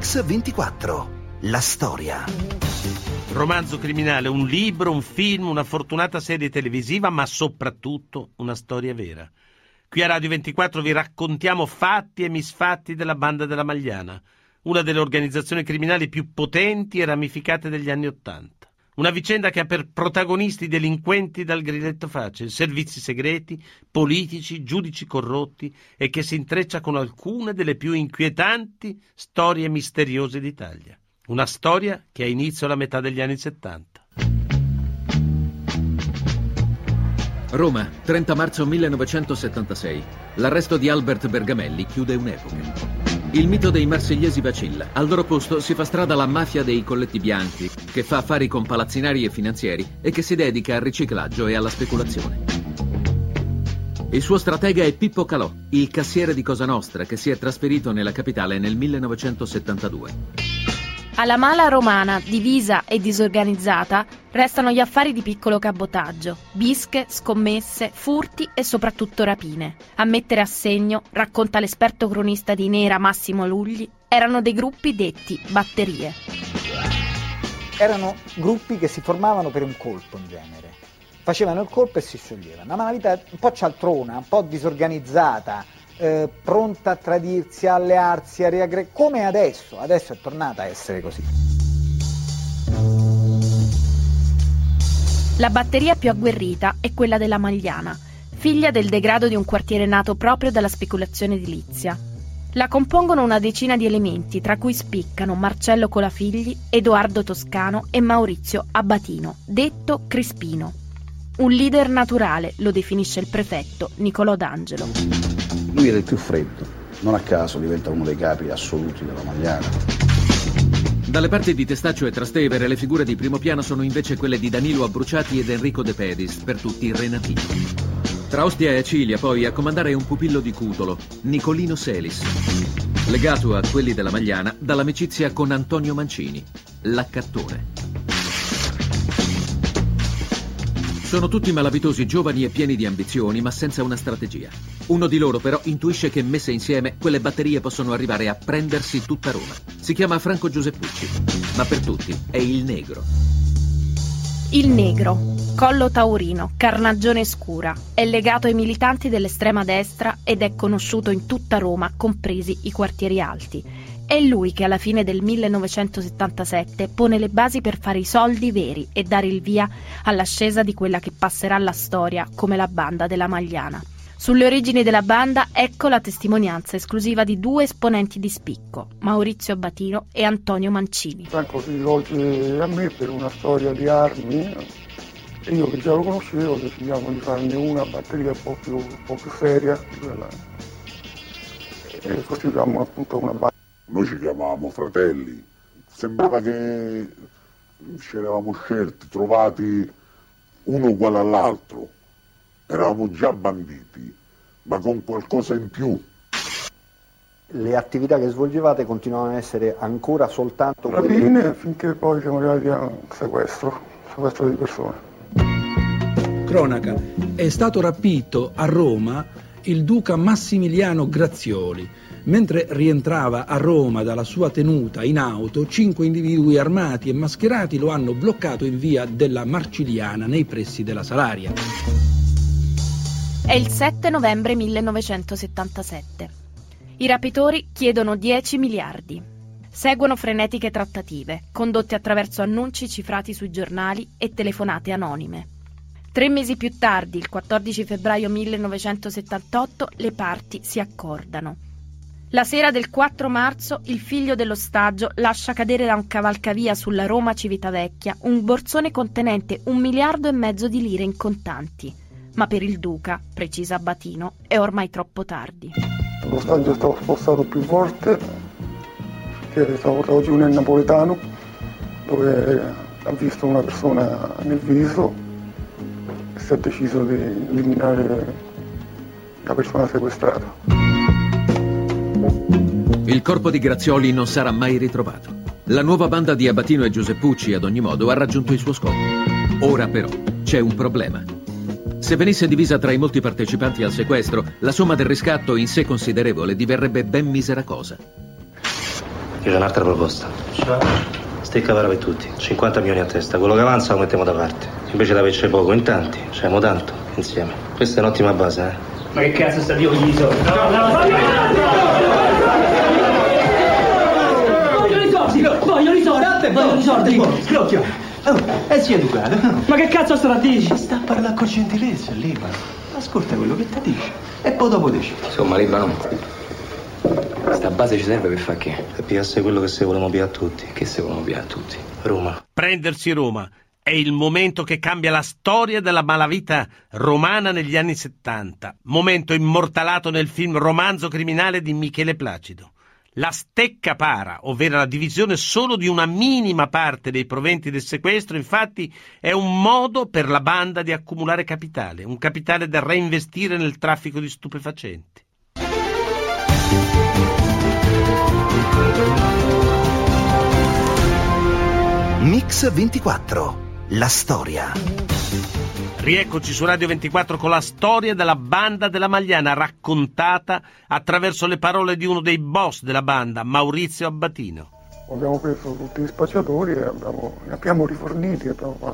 Mix24. La storia. Romanzo criminale, un libro, un film, una fortunata serie televisiva, ma soprattutto una storia vera. Qui a Radio 24 vi raccontiamo fatti e misfatti della Banda della Magliana, una delle organizzazioni criminali più potenti e ramificate degli anni '80. Una vicenda che ha per protagonisti delinquenti dal grilletto facile, servizi segreti, politici, giudici corrotti e che si intreccia con alcune delle più inquietanti storie misteriose d'Italia. Una storia che ha inizio alla metà degli anni '70. Roma, 30 marzo 1976. L'arresto di Albert Bergamelli chiude un'epoca. Il mito dei marsigliesi vacilla. Al loro posto si fa strada la mafia dei colletti bianchi, che fa affari con palazzinari e finanzieri e che si dedica al riciclaggio e alla speculazione. Il suo stratega è Pippo Calò, il cassiere di Cosa Nostra, che si è trasferito nella capitale nel 1972. Alla mala romana, divisa e disorganizzata, restano gli affari di piccolo cabotaggio, bische, scommesse, furti e soprattutto rapine. A mettere a segno, racconta l'esperto cronista di Nera Massimo Lugli, erano dei gruppi detti batterie. Erano gruppi che si formavano per un colpo in genere. Facevano il colpo e si scioglievano. Una malavita un po' cialtrona, un po' disorganizzata, pronta a tradirsi, a allearsi, a riaggregare, come adesso è tornata a essere così. La batteria più agguerrita è quella della Magliana, figlia del degrado di un quartiere nato proprio dalla speculazione edilizia. La compongono una decina di elementi, tra cui spiccano Marcello Colafigli, Edoardo Toscano e Maurizio Abatino, detto Crispino. Un leader naturale, lo definisce il prefetto Nicolò D'Angelo. Lui era il più freddo, non a caso diventa uno dei capi assoluti della Magliana. Dalle parti di Testaccio e Trastevere le figure di primo piano sono invece quelle di Danilo Abbruciati ed Enrico De Pedis, per tutti renatini. Tra Ostia e Acilia poi a comandare un pupillo di Cutolo, Nicolino Selis, legato a quelli della Magliana dall'amicizia con Antonio Mancini, l'accattone. Sono tutti malavitosi, giovani e pieni di ambizioni, ma senza una strategia. Uno di loro però intuisce che messe insieme quelle batterie possono arrivare a prendersi tutta Roma. Si chiama Franco Giuseppucci, ma per tutti è il Negro. Il Negro, collo taurino, carnagione scura, è legato ai militanti dell'estrema destra ed è conosciuto in tutta Roma, compresi i quartieri alti. È lui che alla fine del 1977 pone le basi per fare i soldi veri e dare il via all'ascesa di quella che passerà alla storia come la Banda della Magliana. Sulle origini della banda ecco la testimonianza esclusiva di due esponenti di spicco, Maurizio Abatino e Antonio Mancini. Franco si rivolge a me per una storia di armi e io che già lo conoscevo decidiamo di farne una batteria un po' più seria e costituiamo appunto una banda. Noi ci chiamavamo fratelli, sembrava che ci eravamo scelti, trovati uno uguale all'altro, eravamo già banditi, ma con qualcosa in più. Le attività che svolgevate continuavano ad essere ancora soltanto rapine finché poi siamo arrivati a sequestro di persone. Cronaca, è stato rapito a Roma il duca Massimiliano Grazioli. Mentre rientrava a Roma dalla sua tenuta in auto, 5 individui armati e mascherati lo hanno bloccato in via della Marciliana nei pressi della Salaria. È il 7 novembre 1977. I rapitori chiedono 10 miliardi. Seguono frenetiche trattative, condotte attraverso annunci cifrati sui giornali e telefonate anonime. 3 mesi più tardi, il 14 febbraio 1978, le parti si accordano. La sera del 4 marzo il figlio dell'ostaggio lascia cadere da un cavalcavia sulla Roma Civitavecchia un borsone contenente 1,5 miliardi di lire in contanti. Ma per il duca, precisa Abatino, è ormai troppo tardi. L'ostaggio è stato spostato più volte, che è stato portato giù nel napoletano, dove ha visto una persona nel viso e si è deciso di eliminare la persona sequestrata. Il corpo di Grazioli non sarà mai ritrovato. La nuova banda di Abatino e Giuseppucci, ad ogni modo, ha raggiunto il suo scopo. Ora però c'è un problema. Se venisse divisa tra i molti partecipanti al sequestro, la somma del riscatto, in sé considerevole, diverrebbe ben misera cosa. Io c'ho un'altra proposta. Stecca para per tutti, 50 milioni a testa. Quello che avanza lo mettiamo da parte. Invece di averci poco in tanti, facciamo tanto insieme. Questa è un'ottima base, eh? Ma che cazzo sta Dio con gli soldi? Voglio i soldi, scrocchio. Si è educato. Ma che cazzo sta a dire? Sta a parlare con gentilezza, Libano. Ascolta quello che ti dice e poi dopo dici. Insomma, Libano, sta base ci serve per fare che? Per piasse quello che se volevamo più a tutti. Che se volevamo più a tutti? Roma. Prendersi Roma è il momento che cambia la storia della malavita romana negli anni 70. Momento immortalato nel film Romanzo criminale di Michele Placido. La stecca para, ovvero la divisione solo di una minima parte dei proventi del sequestro, infatti, è un modo per la banda di accumulare capitale, un capitale da reinvestire nel traffico di stupefacenti. Mix 24, la storia. Rieccoci su Radio 24 con la storia della banda della Magliana, raccontata attraverso le parole di uno dei boss della banda, Maurizio Abbatino. Abbiamo preso tutti gli spacciatori e li abbiamo riforniti,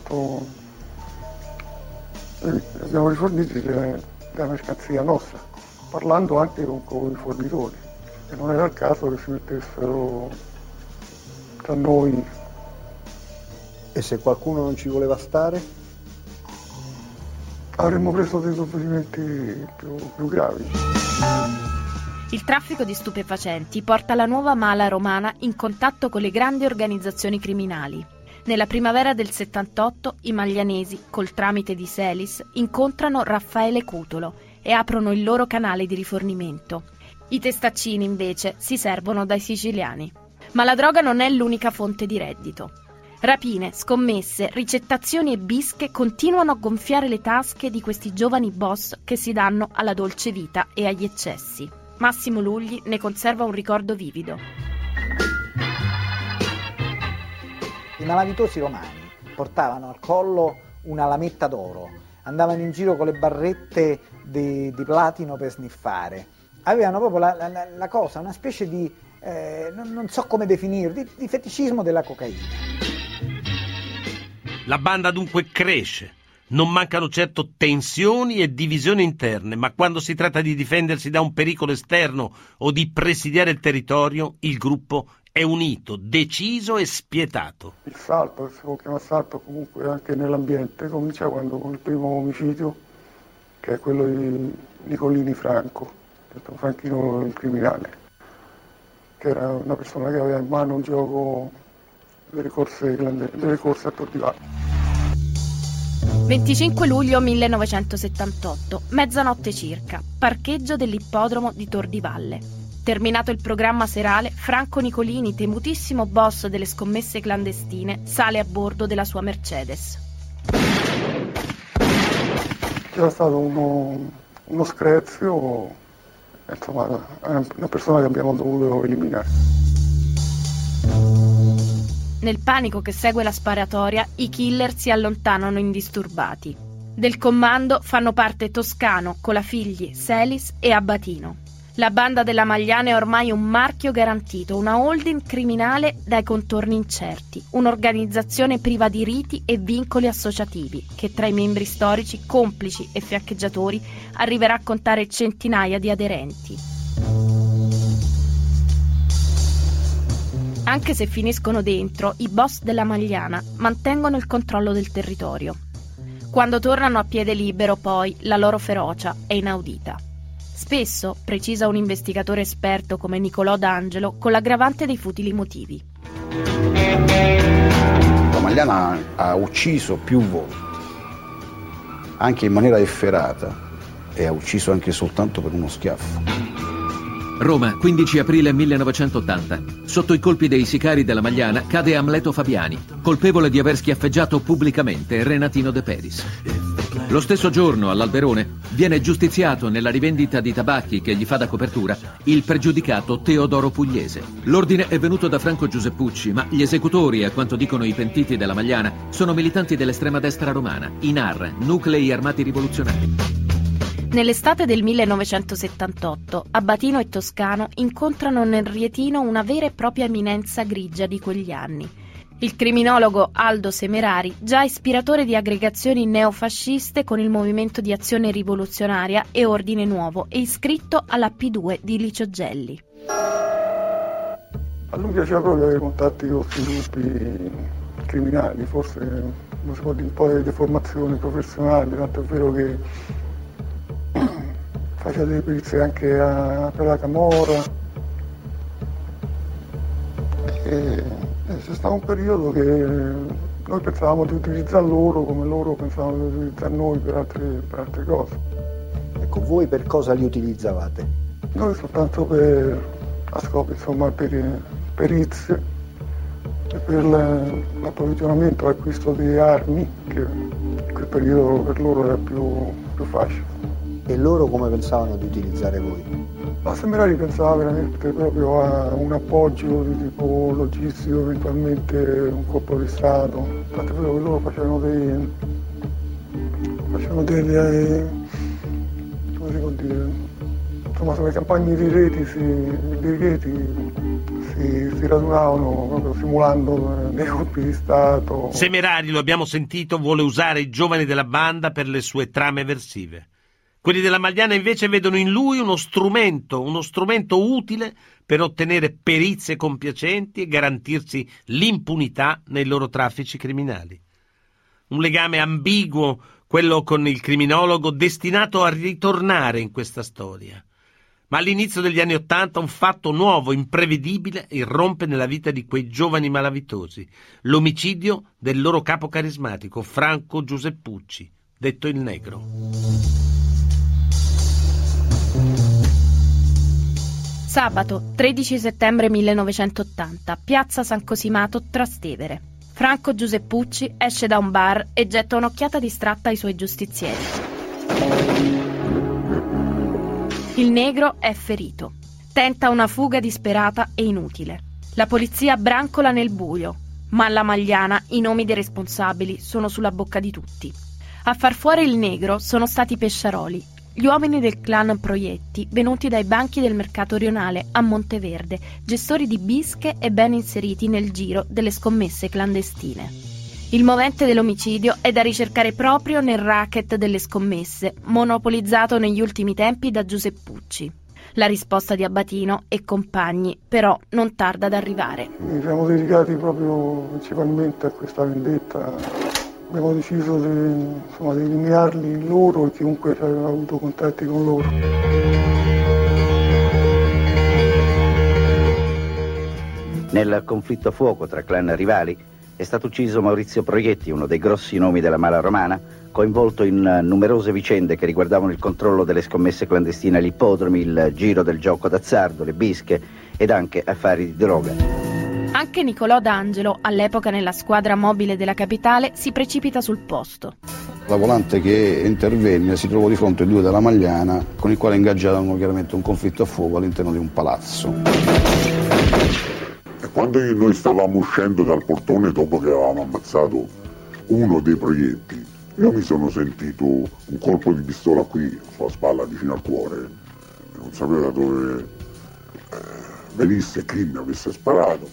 della mercanzia nostra, parlando anche con i fornitori, e non era il caso che si mettessero tra noi. E se qualcuno non ci voleva stare? Avremmo preso dei provvedimenti più gravi. Il traffico di stupefacenti porta la nuova mala romana in contatto con le grandi organizzazioni criminali. Nella primavera del 78 i maglianesi, col tramite di Selis, incontrano Raffaele Cutolo e aprono il loro canale di rifornimento. I testaccini, invece, si servono dai siciliani. Ma la droga non è l'unica fonte di reddito. Rapine, scommesse, ricettazioni e bische continuano a gonfiare le tasche di questi giovani boss che si danno alla dolce vita e agli eccessi. Massimo Lugli ne conserva un ricordo vivido. I malavitosi romani portavano al collo una lametta d'oro, andavano in giro con le barrette di platino per sniffare. Avevano proprio la cosa, una specie di, non so come definire, di feticismo della cocaina. La banda dunque cresce. Non mancano certo tensioni e divisioni interne, ma quando si tratta di difendersi da un pericolo esterno o di presidiare il territorio, il gruppo è unito, deciso e spietato. Il salto, se lo chiama salto comunque anche nell'ambiente, comincia quando con il primo omicidio, che è quello di Nicolini Franco, detto Franchino il criminale, che era una persona che aveva in mano un gioco delle corse a Tor di Valle. 25 luglio 1978, mezzanotte circa, parcheggio dell'ippodromo di Tor di Valle. Terminato il programma serale, Franco Nicolini, temutissimo boss delle scommesse clandestine, sale a bordo della sua Mercedes. C'era stato uno screzio, insomma, una persona che abbiamo dovuto eliminare. Nel panico che segue la sparatoria, i killer si allontanano indisturbati. Del comando fanno parte Toscano, Colafigli, Selis e Abbatino. La banda della Magliana è ormai un marchio garantito, una holding criminale dai contorni incerti, un'organizzazione priva di riti e vincoli associativi, che tra i membri storici, complici e fiancheggiatori arriverà a contare centinaia di aderenti. Anche se finiscono dentro, i boss della Magliana mantengono il controllo del territorio. Quando tornano a piede libero, poi, la loro ferocia è inaudita. Spesso, precisa un investigatore esperto come Nicolò D'Angelo, con l'aggravante dei futili motivi. La Magliana ha ucciso più volte, anche in maniera efferata, e ha ucciso anche soltanto per uno schiaffo. Roma, 15 aprile 1980. Sotto i colpi dei sicari della Magliana cade Amleto Fabiani, colpevole di aver schiaffeggiato pubblicamente Renatino De Pedis. Lo stesso giorno, all'Alberone, viene giustiziato nella rivendita di tabacchi che gli fa da copertura il pregiudicato Teodoro Pugliese. L'ordine è venuto da Franco Giuseppucci, ma gli esecutori, a quanto dicono i pentiti della Magliana, sono militanti dell'estrema destra romana, i NAR, Nuclei Armati Rivoluzionari. Nell'estate del 1978, Abatino e Toscano incontrano nel Rietino una vera e propria eminenza grigia di quegli anni. Il criminologo Aldo Semerari, già ispiratore di aggregazioni neofasciste con il Movimento di Azione Rivoluzionaria e Ordine Nuovo e iscritto alla P2 di Licio Gelli. A lui piaceva proprio avere contatti con questi gruppi criminali, forse non si può dire un po' di deformazioni professionali, tanto è vero che faceva delle perizie anche per la camorra. E c'è stato un periodo che noi pensavamo di utilizzare loro come loro pensavano di utilizzare noi per altre cose. Ecco, voi per cosa li utilizzavate? Noi soltanto per a scopo, insomma, per perizie e per l'approvvigionamento e l'acquisto di armi, che in quel periodo per loro era più facile. E loro come pensavano di utilizzare voi? Ma Semerari pensava veramente proprio a un appoggio di tipo logistico, eventualmente un colpo di Stato. Tanto è vero che loro facevano delle come si può dire, insomma, sulle campagne di reti si radunavano proprio simulando dei colpi di Stato. Semerari, lo abbiamo sentito, vuole usare i giovani della banda per le sue trame eversive. Quelli della Magliana invece vedono in lui uno strumento utile per ottenere perizie compiacenti e garantirsi l'impunità nei loro traffici criminali. Un legame ambiguo, quello con il criminologo, destinato a ritornare in questa storia. Ma all'inizio degli anni '80 un fatto nuovo, imprevedibile, irrompe nella vita di quei giovani malavitosi: l'omicidio del loro capo carismatico, Franco Giuseppucci, detto il Negro. Sabato 13 settembre 1980, piazza San Cosimato, Trastevere. Franco Giuseppucci esce da un bar e getta un'occhiata distratta ai suoi giustizieri. Il Negro è ferito. Tenta una fuga disperata e inutile. La polizia brancola nel buio, ma alla Magliana i nomi dei responsabili sono sulla bocca di tutti. A far fuori il Negro sono stati Pesciaroli, gli uomini del clan Proietti venuti dai banchi del mercato rionale a Monteverde, gestori di bische e ben inseriti nel giro delle scommesse clandestine. Il movente dell'omicidio è da ricercare proprio nel racket delle scommesse, monopolizzato negli ultimi tempi da Giuseppucci. La risposta di Abatino e compagni però non tarda ad arrivare. Ci siamo dedicati proprio principalmente a questa vendetta. Abbiamo deciso di eliminarli loro e chiunque aveva avuto contatti con loro. Nel conflitto a fuoco tra clan rivali è stato ucciso Maurizio Proietti, uno dei grossi nomi della mala romana, coinvolto in numerose vicende che riguardavano il controllo delle scommesse clandestine agli ippodromi, il giro del gioco d'azzardo, le bische ed anche affari di droga. Anche Nicolò D'Angelo, all'epoca nella squadra mobile della capitale, si precipita sul posto. La volante che intervenne si trovò di fronte a due della Magliana, con il quale ingaggiarono chiaramente un conflitto a fuoco all'interno di un palazzo. E quando noi stavamo uscendo dal portone dopo che avevamo ammazzato uno dei Proietti, io mi sono sentito un colpo di pistola qui sulla spalla vicino al cuore, non sapevo da dove venisse e chi mi avesse sparato.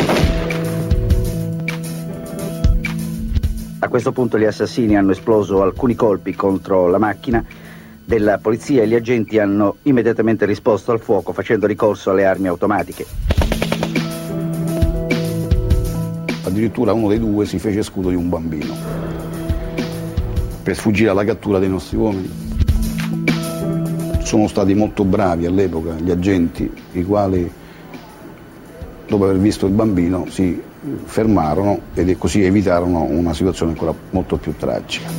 A questo punto gli assassini hanno esploso alcuni colpi contro la macchina della polizia e gli agenti hanno immediatamente risposto al fuoco facendo ricorso alle armi automatiche. Addirittura uno dei due si fece scudo di un bambino per sfuggire alla cattura dei nostri uomini. Sono stati molto bravi all'epoca gli agenti, i quali dopo aver visto il bambino si fermarono ed così evitarono una situazione ancora molto più tragica.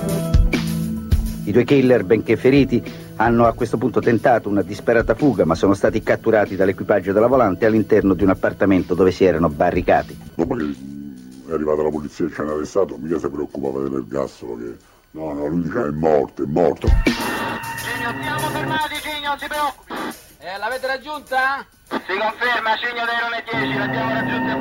I due killer, benché feriti, hanno a questo punto tentato una disperata fuga, ma sono stati catturati dall'equipaggio della volante all'interno di un appartamento dove si erano barricati. Dopo che è arrivata la polizia e ci hanno arrestato, mica si preoccupava dell'ergastolo, che no, lui diceva è morto. Cigno, siamo fermati, Cigno, non si preoccupi. L'avete raggiunta? Si conferma, Cigno dei Rome 10, l'abbiamo raggiunta e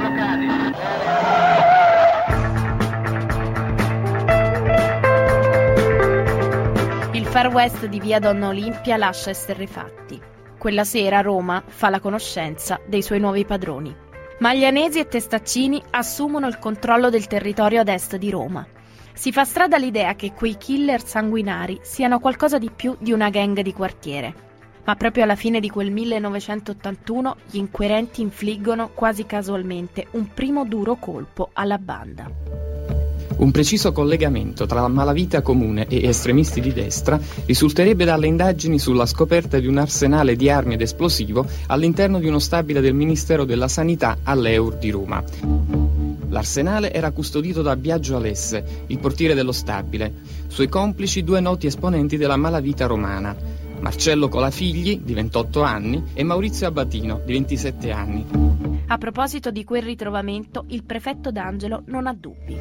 bloccati. Il Far West di via Donna Olimpia lascia esterrefatti. Quella sera Roma fa la conoscenza dei suoi nuovi padroni. Maglianesi e Testaccini assumono il controllo del territorio ad est di Roma. Si fa strada l'idea che quei killer sanguinari siano qualcosa di più di una gang di quartiere. Ma proprio alla fine di quel 1981 gli inquirenti infliggono quasi casualmente un primo duro colpo alla banda. Un preciso collegamento tra la malavita comune e estremisti di destra risulterebbe dalle indagini sulla scoperta di un arsenale di armi ed esplosivo all'interno di uno stabile del Ministero della Sanità all'Eur di Roma. L'arsenale era custodito da Biagio Alesse, il portiere dello stabile. Suoi complici 2 noti esponenti della malavita romana, Marcello Colafigli, di 28 anni, e Maurizio Abatino, di 27 anni. A proposito di quel ritrovamento, il prefetto D'Angelo non ha dubbi.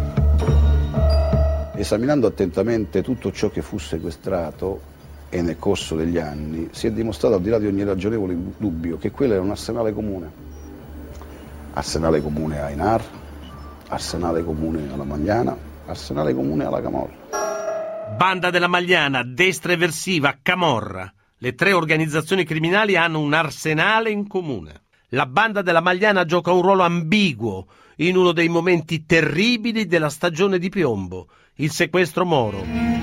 Esaminando attentamente tutto ciò che fu sequestrato e nel corso degli anni, si è dimostrato al di là di ogni ragionevole dubbio che quello era un arsenale comune. Arsenale comune a Ainar, arsenale comune alla Magliana, arsenale comune alla Camorra. Banda della Magliana, destra eversiva, Camorra. Le 3 organizzazioni criminali hanno un arsenale in comune. La banda della Magliana gioca un ruolo ambiguo in uno dei momenti terribili della stagione di piombo, il sequestro Moro.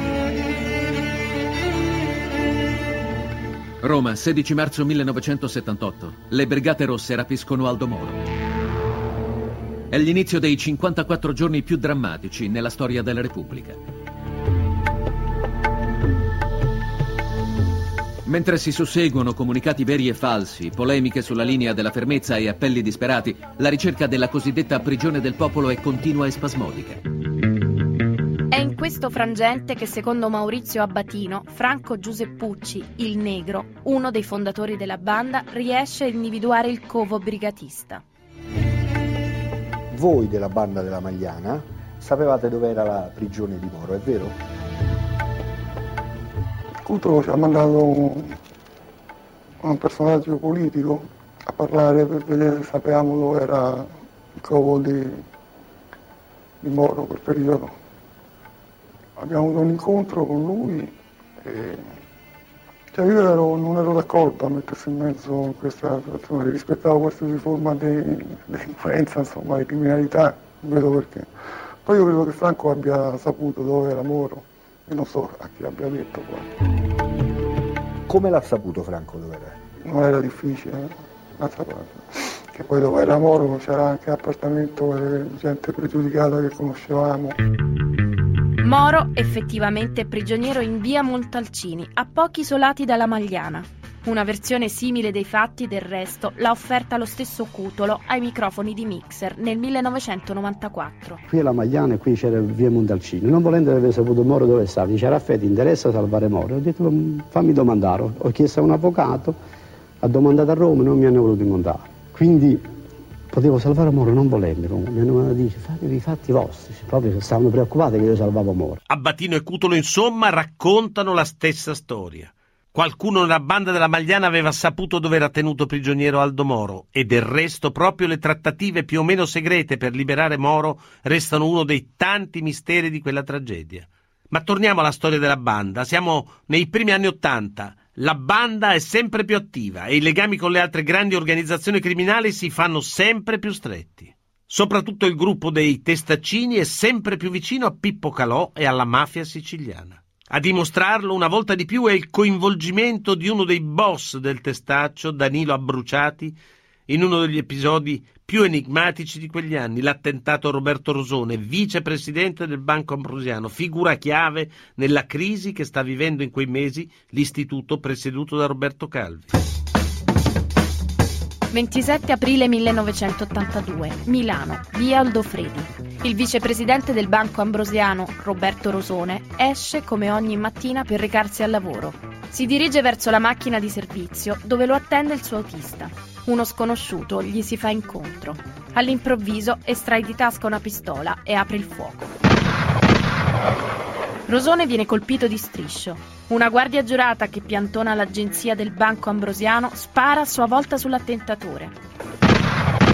Roma, 16 marzo 1978. Le Brigate Rosse rapiscono Aldo Moro. È l'inizio dei 54 giorni più drammatici nella storia della Repubblica. Mentre si susseguono comunicati veri e falsi, polemiche sulla linea della fermezza e appelli disperati, la ricerca della cosiddetta prigione del popolo è continua e spasmodica. È in questo frangente che, secondo Maurizio Abatino, Franco Giuseppucci, il Negro, uno dei fondatori della banda, riesce a individuare il covo brigatista. Voi della banda della Magliana sapevate dove era la prigione di Moro, è vero? Cutolo ci ha mandato un personaggio politico a parlare per vedere se sapevamo dove era il covo di Moro quel periodo. Abbiamo avuto un incontro con lui e io non ero d'accordo a mettersi in mezzo in questa situazione, rispettavo qualsiasi forma di influenza, insomma, di criminalità, non vedo perché. Poi io credo che Franco abbia saputo dove era Moro. E non so a chi abbia detto poi. Come l'ha saputo Franco dove era? Non era difficile, un'altra parte. Che poi dove era Moro c'era anche appartamento e gente pregiudicata che conoscevamo. Moro effettivamente è prigioniero in via Montalcini, a pochi isolati dalla Magliana. Una versione simile dei fatti, del resto, l'ha offerta lo stesso Cutolo ai microfoni di Mixer nel 1994. Qui alla Magliana e qui c'era via Montalcini. Non volendo aver saputo Moro dove stava, dice Raffetti, interessa salvare Moro. Ho detto fammi domandare. Ho chiesto a un avvocato, ha domandato a Roma e non mi hanno voluto incontrare. Quindi potevo salvare Moro non volendo. Mi hanno detto fatevi i fatti vostri. Proprio stavano preoccupati che io salvavo Moro. Abatino e Cutolo insomma raccontano la stessa storia. Qualcuno nella banda della Magliana aveva saputo dove era tenuto prigioniero Aldo Moro e del resto proprio le trattative più o meno segrete per liberare Moro restano uno dei tanti misteri di quella tragedia. Ma torniamo alla storia della banda. Siamo nei primi anni '80. La banda è sempre più attiva e i legami con le altre grandi organizzazioni criminali si fanno sempre più stretti. Soprattutto il gruppo dei Testaccini è sempre più vicino a Pippo Calò e alla mafia siciliana. A dimostrarlo una volta di più è il coinvolgimento di uno dei boss del Testaccio, Danilo Abbruciati, in uno degli episodi più enigmatici di quegli anni, l'attentato a Roberto Rosone, vicepresidente del Banco Ambrosiano, figura chiave nella crisi che sta vivendo in quei mesi l'istituto presieduto da Roberto Calvi. 27 aprile 1982, Milano, via Aldofredi. Il vicepresidente del Banco Ambrosiano, Roberto Rosone, esce come ogni mattina per recarsi al lavoro. Si dirige verso la macchina di servizio dove lo attende il suo autista. Uno sconosciuto gli si fa incontro. All'improvviso estrae di tasca una pistola e apre il fuoco. Rosone viene colpito di striscio. Una guardia giurata che piantona l'agenzia del Banco Ambrosiano spara a sua volta sull'attentatore.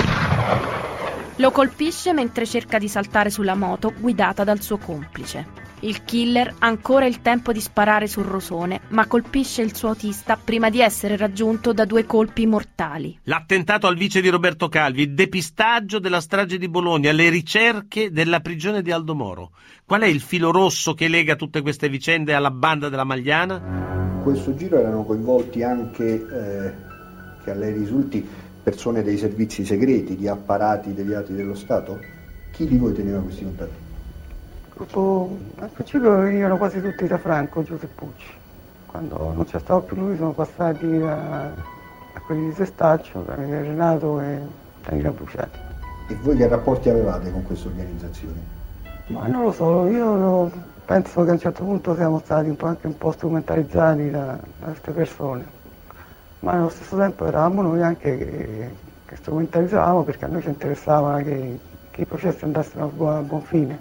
Lo colpisce mentre cerca di saltare sulla moto guidata dal suo complice. Il killer ha ancora il tempo di sparare sul rosone, ma colpisce il suo autista prima di essere raggiunto da 2 colpi mortali. L'attentato al vice di Roberto Calvi, il depistaggio della strage di Bologna, le ricerche della prigione di Aldo Moro. Qual è il filo rosso che lega tutte queste vicende alla banda della Magliana? In questo giro erano coinvolti anche, che a lei risulti, persone dei servizi segreti, di apparati deviati dello Stato? Chi di voi teneva questi contatti? Al principio venivano quasi tutti da Franco, Giuseppucci. Quando non c'è stato più lui sono passati a quelli di Sestaccio, Daniele Renato e Daniele Bruciati. E voi che rapporti avevate con queste organizzazioni? Ma non lo so, io penso che a un certo punto siamo stati anche un po' strumentalizzati da queste persone, ma allo stesso tempo eravamo noi anche che strumentalizzavamo, perché a noi ci interessava che i processi andassero a buon fine.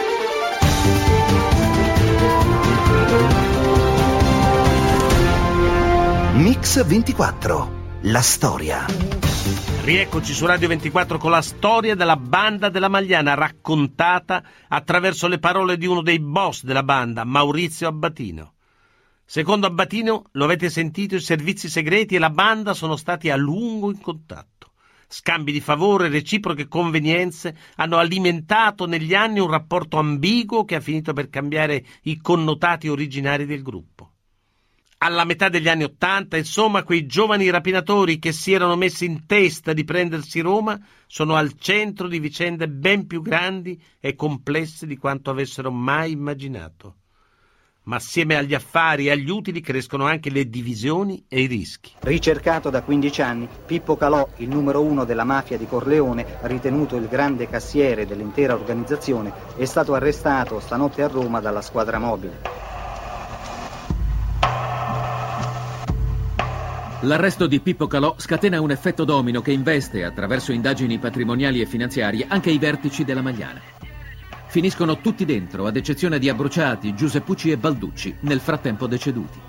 Mix 24, la storia. Rieccoci su Radio 24 con la storia della banda della Magliana, raccontata attraverso le parole di uno dei boss della banda, Maurizio Abbatino. Secondo Abbatino, lo avete sentito, i servizi segreti e la banda sono stati a lungo in contatto. Scambi di favore, reciproche convenienze hanno alimentato negli anni un rapporto ambiguo che ha finito per cambiare i connotati originari del gruppo. Alla metà degli anni '80, insomma, quei giovani rapinatori che si erano messi in testa di prendersi Roma sono al centro di vicende ben più grandi e complesse di quanto avessero mai immaginato. Ma assieme agli affari e agli utili crescono anche le divisioni e i rischi. Ricercato da 15 anni, Pippo Calò, il numero 1 della mafia di Corleone, ritenuto il grande cassiere dell'intera organizzazione, è stato arrestato stanotte a Roma dalla squadra mobile. L'arresto di Pippo Calò scatena un effetto domino che investe, attraverso indagini patrimoniali e finanziarie, anche i vertici della Magliana. Finiscono tutti dentro, ad eccezione di Abbruciati, Giuseppucci e Balducci, nel frattempo deceduti.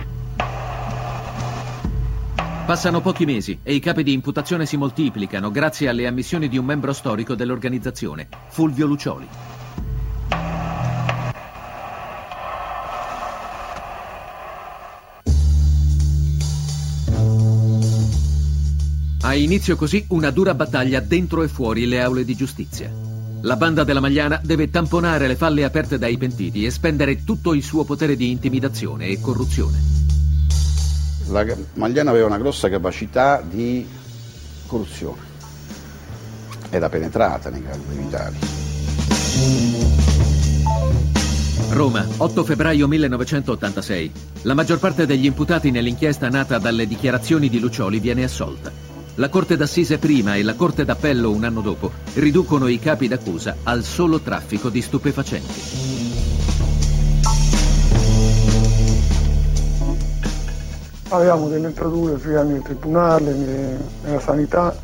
Passano pochi mesi e i capi di imputazione si moltiplicano grazie alle ammissioni di un membro storico dell'organizzazione, Fulvio Lucioli. Ha inizio così una dura battaglia dentro e fuori le aule di giustizia. La banda della Magliana deve tamponare le falle aperte dai pentiti e spendere tutto il suo potere di intimidazione e corruzione. La Magliana aveva una grossa capacità di corruzione. Era penetrata nei campi vitali. Roma, 8 febbraio 1986. La maggior parte degli imputati nell'inchiesta nata dalle dichiarazioni di Lucioli viene assolta. La Corte d'Assise prima e la Corte d'Appello un anno dopo riducono i capi d'accusa al solo traffico di stupefacenti. Avevamo delle entrature sia nel tribunale, nella sanità,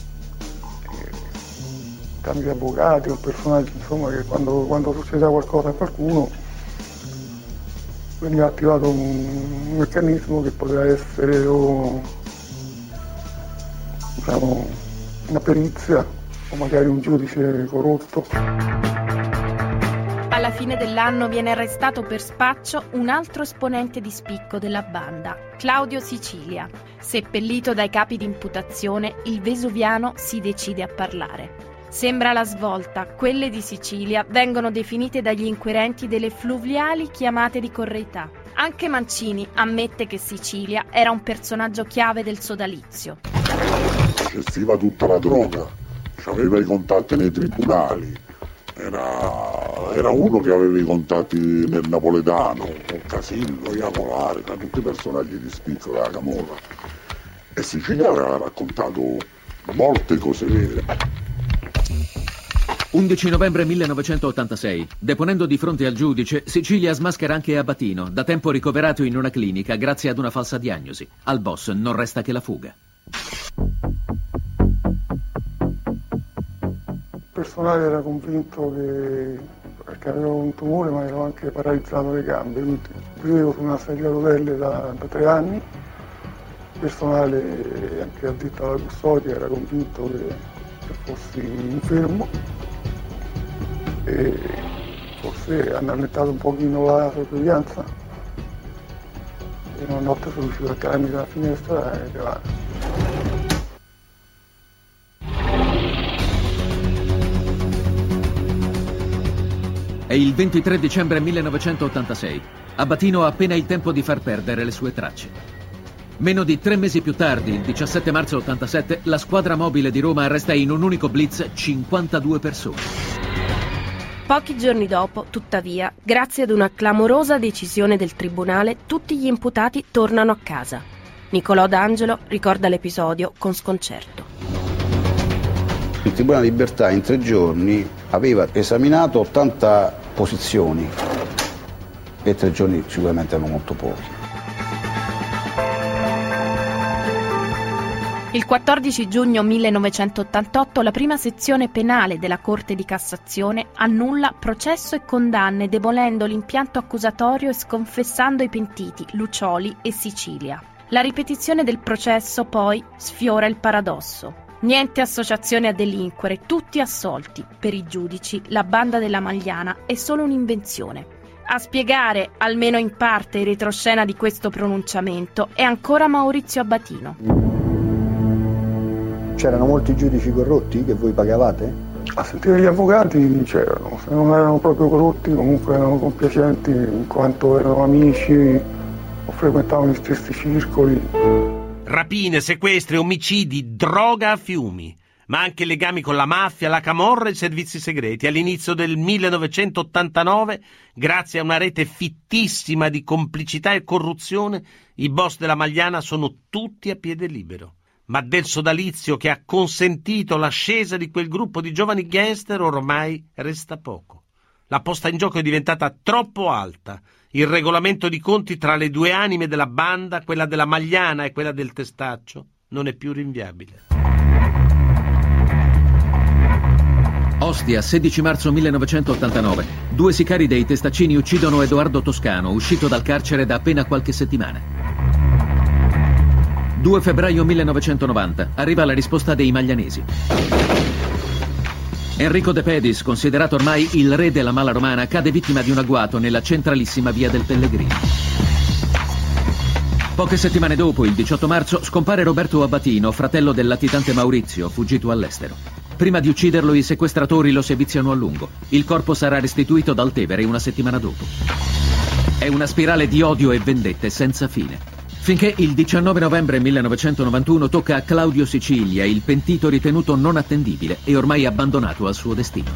cambi di avvocati o personaggi, insomma, che quando succedeva qualcosa a qualcuno veniva attivato un meccanismo che poteva essere diciamo, una perizia o magari un giudice corrotto. Alla fine dell'anno viene arrestato per spaccio un altro esponente di spicco della banda, Claudio Sicilia. Seppellito dai capi di imputazione, il vesuviano si decide a parlare. Sembra la svolta, quelle di Sicilia vengono definite dagli inquirenti delle fluviali chiamate di correità. Anche Mancini ammette che Sicilia era un personaggio chiave del sodalizio. Gestiva tutta la droga, aveva i contatti nei tribunali, era uno che aveva i contatti nel napoletano, con Casillo, Iacolari, da tutti i personaggi di spicco della Camorra. E Sicilia aveva raccontato molte cose vere. 11 novembre 1986. Deponendo di fronte al giudice, Sicilia smaschera anche Abbatino, da tempo ricoverato in una clinica grazie ad una falsa diagnosi. Al boss non resta che la fuga. Il personale era convinto perché avevo un tumore, ma ero anche paralizzato le gambe, quindi vivevo su una sedia a rotelle da 3 anni. Il personale, anche addetto alla custodia, era convinto che fossi infermo. E forse hanno aumentato un pochino la sorveglianza e una notte sono riuscito a calarmi dalla finestra e arrivare. È il 23 dicembre 1986. Abatino ha appena il tempo di far perdere le sue tracce. Meno di 3 mesi più tardi, il 17 marzo 87, la squadra mobile di Roma arresta in un unico blitz 52 persone. Pochi giorni dopo, tuttavia, grazie ad una clamorosa decisione del tribunale, tutti gli imputati tornano a casa. Nicolò D'Angelo ricorda l'episodio con sconcerto. Il Tribunale di Libertà in 3 giorni aveva esaminato 80 posizioni e 3 giorni sicuramente erano molto pochi. Il 14 giugno 1988 la prima sezione penale della Corte di Cassazione annulla processo e condanne demolendo l'impianto accusatorio e sconfessando i pentiti Lucioli e Sicilia. La ripetizione del processo poi sfiora il paradosso. Niente associazione a delinquere, tutti assolti. Per i giudici la banda della Magliana è solo un'invenzione. A spiegare, almeno in parte, il retroscena di questo pronunciamento è ancora Maurizio Abatino. C'erano molti giudici corrotti che voi pagavate? A sentire gli avvocati c'erano, se non erano proprio corrotti comunque erano compiacenti in quanto erano amici o frequentavano gli stessi circoli. Rapine, sequestri, omicidi, droga a fiumi, ma anche legami con la mafia, la camorra e i servizi segreti. All'inizio del 1989, grazie a una rete fittissima di complicità e corruzione, i boss della Magliana sono tutti a piede libero. Ma del sodalizio che ha consentito l'ascesa di quel gruppo di giovani gangster ormai resta poco. La posta in gioco è diventata troppo alta. Il regolamento di conti tra le 2 anime della banda, quella della Magliana e quella del Testaccio, non è più rinviabile. Ostia, 16 marzo 1989. 2 sicari dei Testaccini uccidono Edoardo Toscano, uscito dal carcere da appena qualche settimana. 2 febbraio 1990. Arriva la risposta dei maglianesi. Enrico De Pedis, considerato ormai il re della mala romana, cade vittima di un agguato nella centralissima via del Pellegrino. Poche settimane dopo, il 18 marzo, scompare Roberto Abatino, fratello del latitante Maurizio, fuggito all'estero. Prima di ucciderlo, i sequestratori lo seviziano a lungo. Il corpo sarà restituito dal Tevere una settimana dopo. È una spirale di odio e vendette senza fine. Finché il 19 novembre 1991 tocca a Claudio Sicilia, il pentito ritenuto non attendibile e ormai abbandonato al suo destino.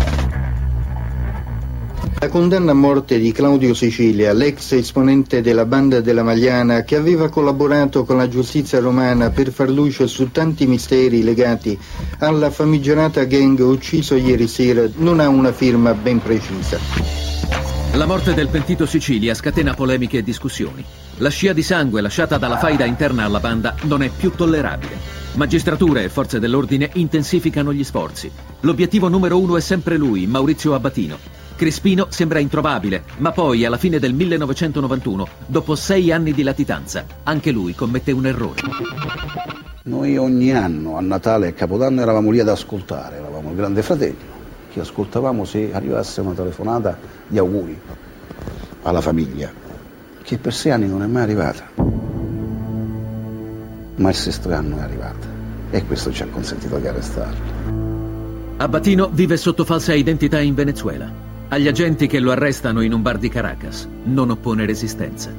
La condanna a morte di Claudio Sicilia, l'ex esponente della banda della Magliana che aveva collaborato con la giustizia romana per far luce su tanti misteri legati alla famigerata gang ucciso ieri sera, non ha una firma ben precisa. La morte del pentito Sicilia scatena polemiche e discussioni. La scia di sangue lasciata dalla faida interna alla banda non è più tollerabile. Magistratura e forze dell'ordine intensificano gli sforzi. L'obiettivo numero 1 è sempre lui, Maurizio Abatino. Crispino sembra introvabile, ma poi alla fine del 1991, dopo 6 anni di latitanza, anche lui commette un errore. Noi ogni anno, a Natale e a Capodanno, eravamo lì ad ascoltare, eravamo il Grande Fratello, che ascoltavamo se arrivasse una telefonata di auguri alla famiglia, che per 6 anni non è mai arrivata. Ma il 6° anno è arrivata e questo ci ha consentito di arrestarlo. Abatino vive sotto falsa identità in Venezuela. Agli agenti che lo arrestano in un bar di Caracas non oppone resistenza.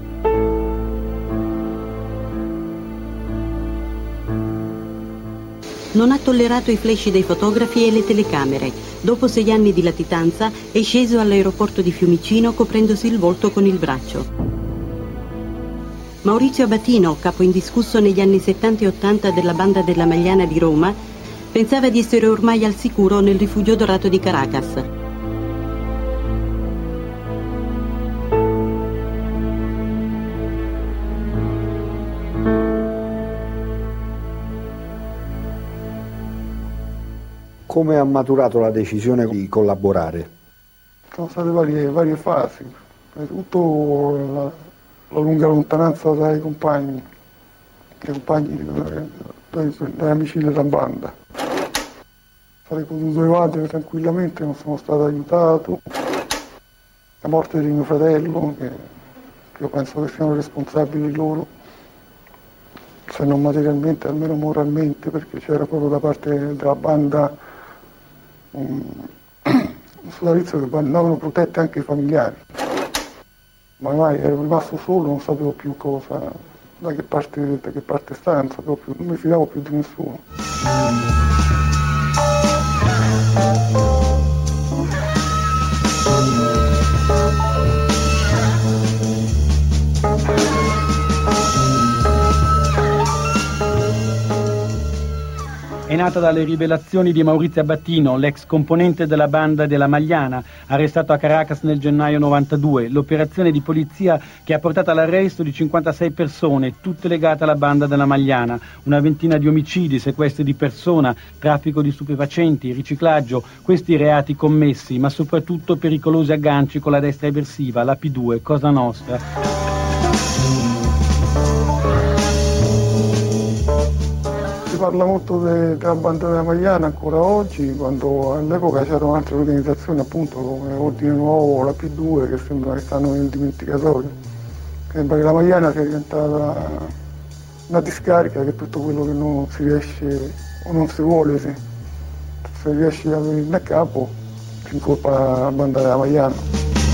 Non ha tollerato i flash dei fotografi e le telecamere. Dopo 6 anni di latitanza è sceso all'aeroporto di Fiumicino coprendosi il volto con il braccio. Maurizio Abatino, capo indiscusso negli anni 70 e 80 della banda della Magliana di Roma, pensava di essere ormai al sicuro nel rifugio dorato di Caracas. Come ha maturato la decisione di collaborare? Sono state varie fasi, innanzitutto la lunga lontananza dai compagni dagli amici della banda. Sarei potuto evadere tranquillamente, non sono stato aiutato, la morte di mio fratello, che io penso che siano responsabili loro, se non materialmente almeno moralmente, perché c'era proprio da parte della banda un sodalizio che andavano protetti anche i familiari. Ma ormai ero rimasto solo, non sapevo più da che parte stare, non mi fidavo più di nessuno. È nata dalle rivelazioni di Maurizio Abatino, l'ex componente della banda della Magliana, arrestato a Caracas nel gennaio 92, l'operazione di polizia che ha portato all'arresto di 56 persone, tutte legate alla banda della Magliana, una ventina di omicidi, sequestri di persona, traffico di stupefacenti, riciclaggio, questi reati commessi, ma soprattutto pericolosi agganci con la destra eversiva, la P2, Cosa Nostra. Si parla molto della banda della Magliana ancora oggi, quando all'epoca c'erano altre organizzazioni, appunto come Ordine Nuovo, la P2, che sembra che stanno nel dimenticatoio. Sembra che la Magliana sia diventata una discarica, che è tutto quello che non si riesce o non si vuole, se riesce a venire a capo, si incolpa la banda della Magliana.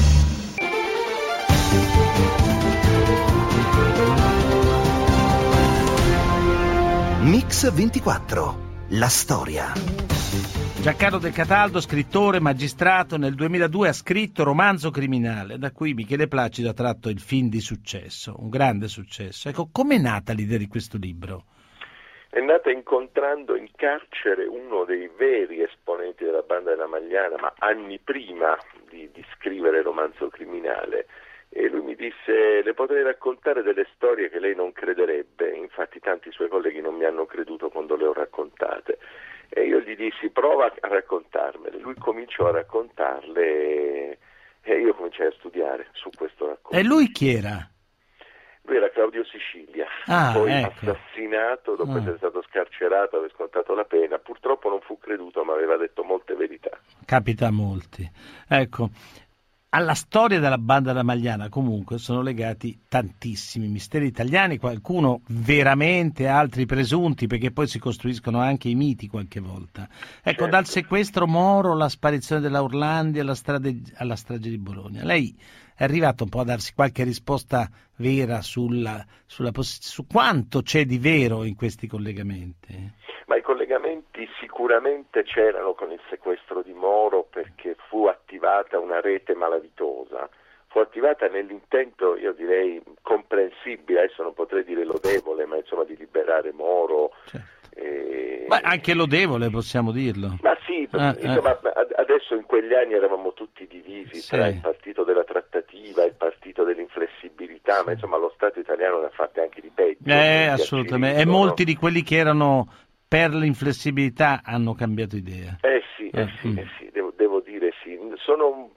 Mix 24, la storia. Giancarlo Del Cataldo, scrittore, magistrato, nel 2002 ha scritto Romanzo criminale, da cui Michele Placido ha tratto il film di successo, un grande successo. Ecco, com'è nata l'idea di questo libro? È nata incontrando in carcere uno dei veri esponenti della banda della Magliana, ma anni prima di scrivere Romanzo criminale. E lui mi disse: le potrei raccontare delle storie che lei non crederebbe, infatti tanti suoi colleghi non mi hanno creduto quando le ho raccontate. E io gli dissi: prova a raccontarmele. Lui cominciò a raccontarle e io cominciai a studiare su questo racconto. E lui chi era? Lui era Claudio Sicilia, poi assassinato dopo essere stato scarcerato, aver scontato la pena. Purtroppo non fu creduto, ma aveva detto molte verità. Capita a molti. Ecco. Alla storia della banda della Magliana comunque sono legati tantissimi misteri italiani, qualcuno veramente, altri presunti, perché poi si costruiscono anche i miti qualche volta. Ecco, certo. Dal sequestro Moro, la sparizione della Orlandi alla strage di Bologna. Lei è arrivato un po' a darsi qualche risposta vera su quanto c'è di vero in questi collegamenti? Ma i collegamenti sicuramente c'erano con il sequestro di Moro, perché fu attivata una rete malavitosa, fu attivata nell'intento, io direi, comprensibile, adesso non potrei dire lodevole, ma insomma di liberare Moro. Certo. Beh, anche lodevole possiamo dirlo. Ma sì, insomma, adesso in quegli anni eravamo tutti divisi tra il partito della trattativa e il partito dell'inflessibilità, ma insomma lo Stato italiano ne ha fatte anche di peggio. Assolutamente, e molti di quelli che erano per l'inflessibilità hanno cambiato idea. Sì, devo dire sì. Sono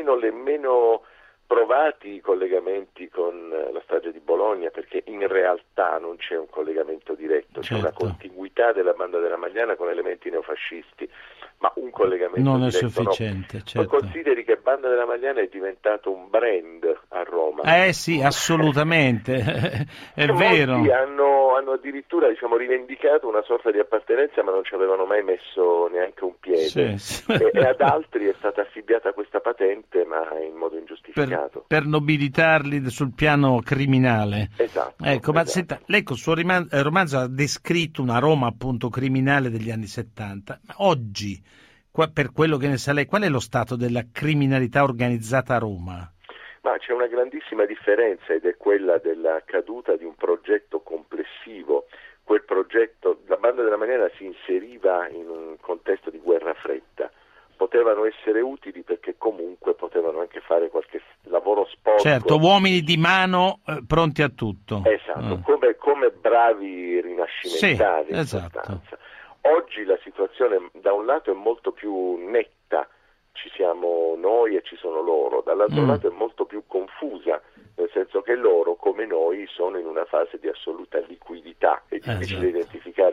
meno provati i collegamenti con la strage di Bologna, perché in realtà non c'è un collegamento diretto, c'è una contiguità della banda della Magliana con elementi neofascisti, ma un collegamento non diretto è sufficiente, no. Certo. Ma consideri che Banda della Magliana è diventato un brand a Roma. Sì, assolutamente, è vero. Molti hanno addirittura rivendicato una sorta di appartenenza, ma non ci avevano mai messo neanche un piede. E ad altri è stata affibbiata questa patente, ma in modo ingiustificato. Per nobilitarli sul piano criminale. Esatto. Ecco, ma senta, lei col suo romanzo ha descritto una Roma appunto criminale degli anni 70. Ma oggi, per quello che ne sa lei, qual è lo stato della criminalità organizzata a Roma? Ma c'è una grandissima differenza, ed è quella della caduta di un progetto complessivo. Quel progetto, la banda della Magliana si inseriva in un contesto di guerra fredda. Potevano essere utili perché comunque potevano anche fare qualche lavoro sporco. Certo, uomini di mano pronti a tutto. Esatto, come bravi rinascimentali in sostanza. Oggi la situazione da un lato è molto più netta, ci siamo noi e ci sono loro, dall'altro lato è molto più confusa, nel senso che loro, come noi, sono in una fase di assoluta liquidità. È difficile identificare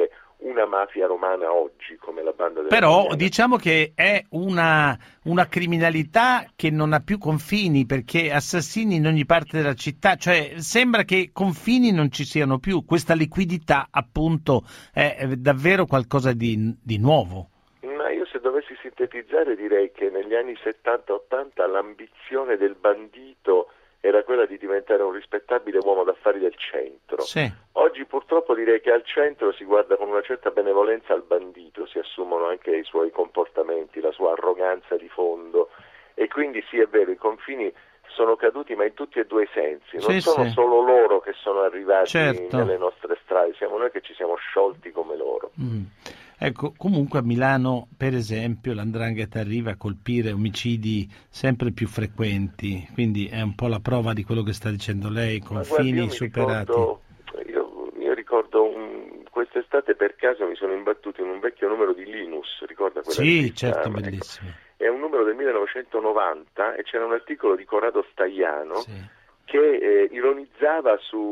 una mafia romana oggi come la banda della Però Magliana. diciamo che è una criminalità che non ha più confini, perché assassini in ogni parte della città, cioè sembra che confini non ci siano più, questa liquidità appunto è davvero qualcosa di nuovo. Ma io se dovessi sintetizzare direi che negli anni 70-80 l'ambizione del bandito era quella di diventare un rispettabile uomo d'affari del centro. Sì. Oggi purtroppo direi che al centro si guarda con una certa benevolenza al bandito, si assumono anche i suoi comportamenti, la sua arroganza di fondo, e quindi sì, è vero, i confini sono caduti, ma in tutti e due i sensi. Non sono solo loro che sono arrivati nelle nostre strade, siamo noi che ci siamo sciolti come loro. Ecco, comunque a Milano, per esempio, l''ndrangheta arriva a colpire omicidi sempre più frequenti, quindi è un po' la prova di quello che sta dicendo lei, confini superati. Io ricordo quest'estate per caso mi sono imbattuto in un vecchio numero di Linus, ricorda quella Sì, certo, bellissimo. È un numero del 1990 e c'era un articolo di Corrado Stagliano che ironizzava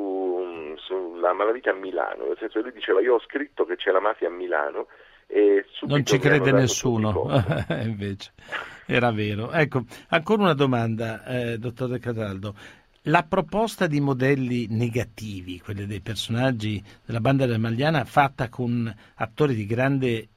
sulla malavita a Milano, nel senso che lui diceva: io ho scritto che c'è la mafia a Milano e subito non ci crede nessuno, invece era vero. Ecco, ancora una domanda, dottor De Cataldo. La proposta di modelli negativi, quelli dei personaggi della banda della Magliana, fatta con attori di grande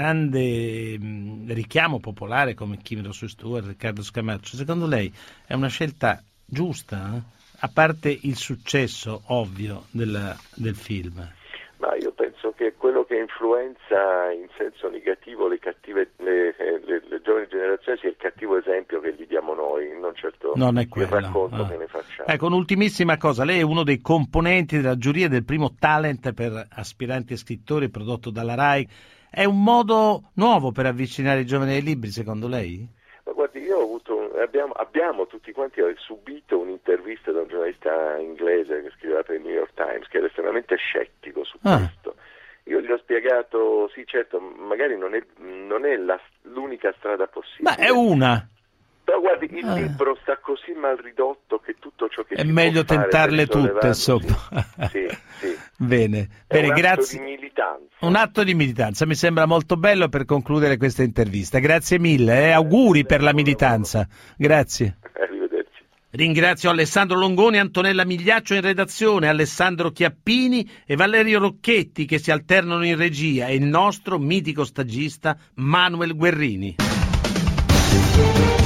richiamo popolare come Kim Rosso Stewart, Riccardo Scamaccio, secondo lei è una scelta giusta, a parte il successo ovvio del film? Ma io penso che quello che influenza in senso negativo le giovani generazioni sia il cattivo esempio che gli diamo noi, non certo il racconto che ne facciamo. Ecco, un'ultimissima cosa, lei è uno dei componenti della giuria del primo Talent per aspiranti scrittori prodotto dalla RAI. È un modo nuovo per avvicinare i giovani ai libri, secondo lei? Ma guardi, io abbiamo tutti quanti subito un'intervista da un giornalista inglese che scriveva per il New York Times, che era estremamente scettico su questo. Io gli ho spiegato, sì certo, magari non è l'unica strada possibile. Ma è una. Però guardi, il libro sta così mal ridotto che tutto ciò che è si meglio può tentarle fare tutte, insomma. Sì. Bene, È un grazie. atto di militanza. Un atto di militanza, mi sembra molto bello per concludere questa intervista. Grazie mille, auguri per la militanza. Grazie. Arrivederci. Ringrazio Alessandro Longoni, Antonella Migliaccio in redazione, Alessandro Chiappini e Valerio Rocchetti che si alternano in regia e il nostro mitico stagista Manuel Guerrini.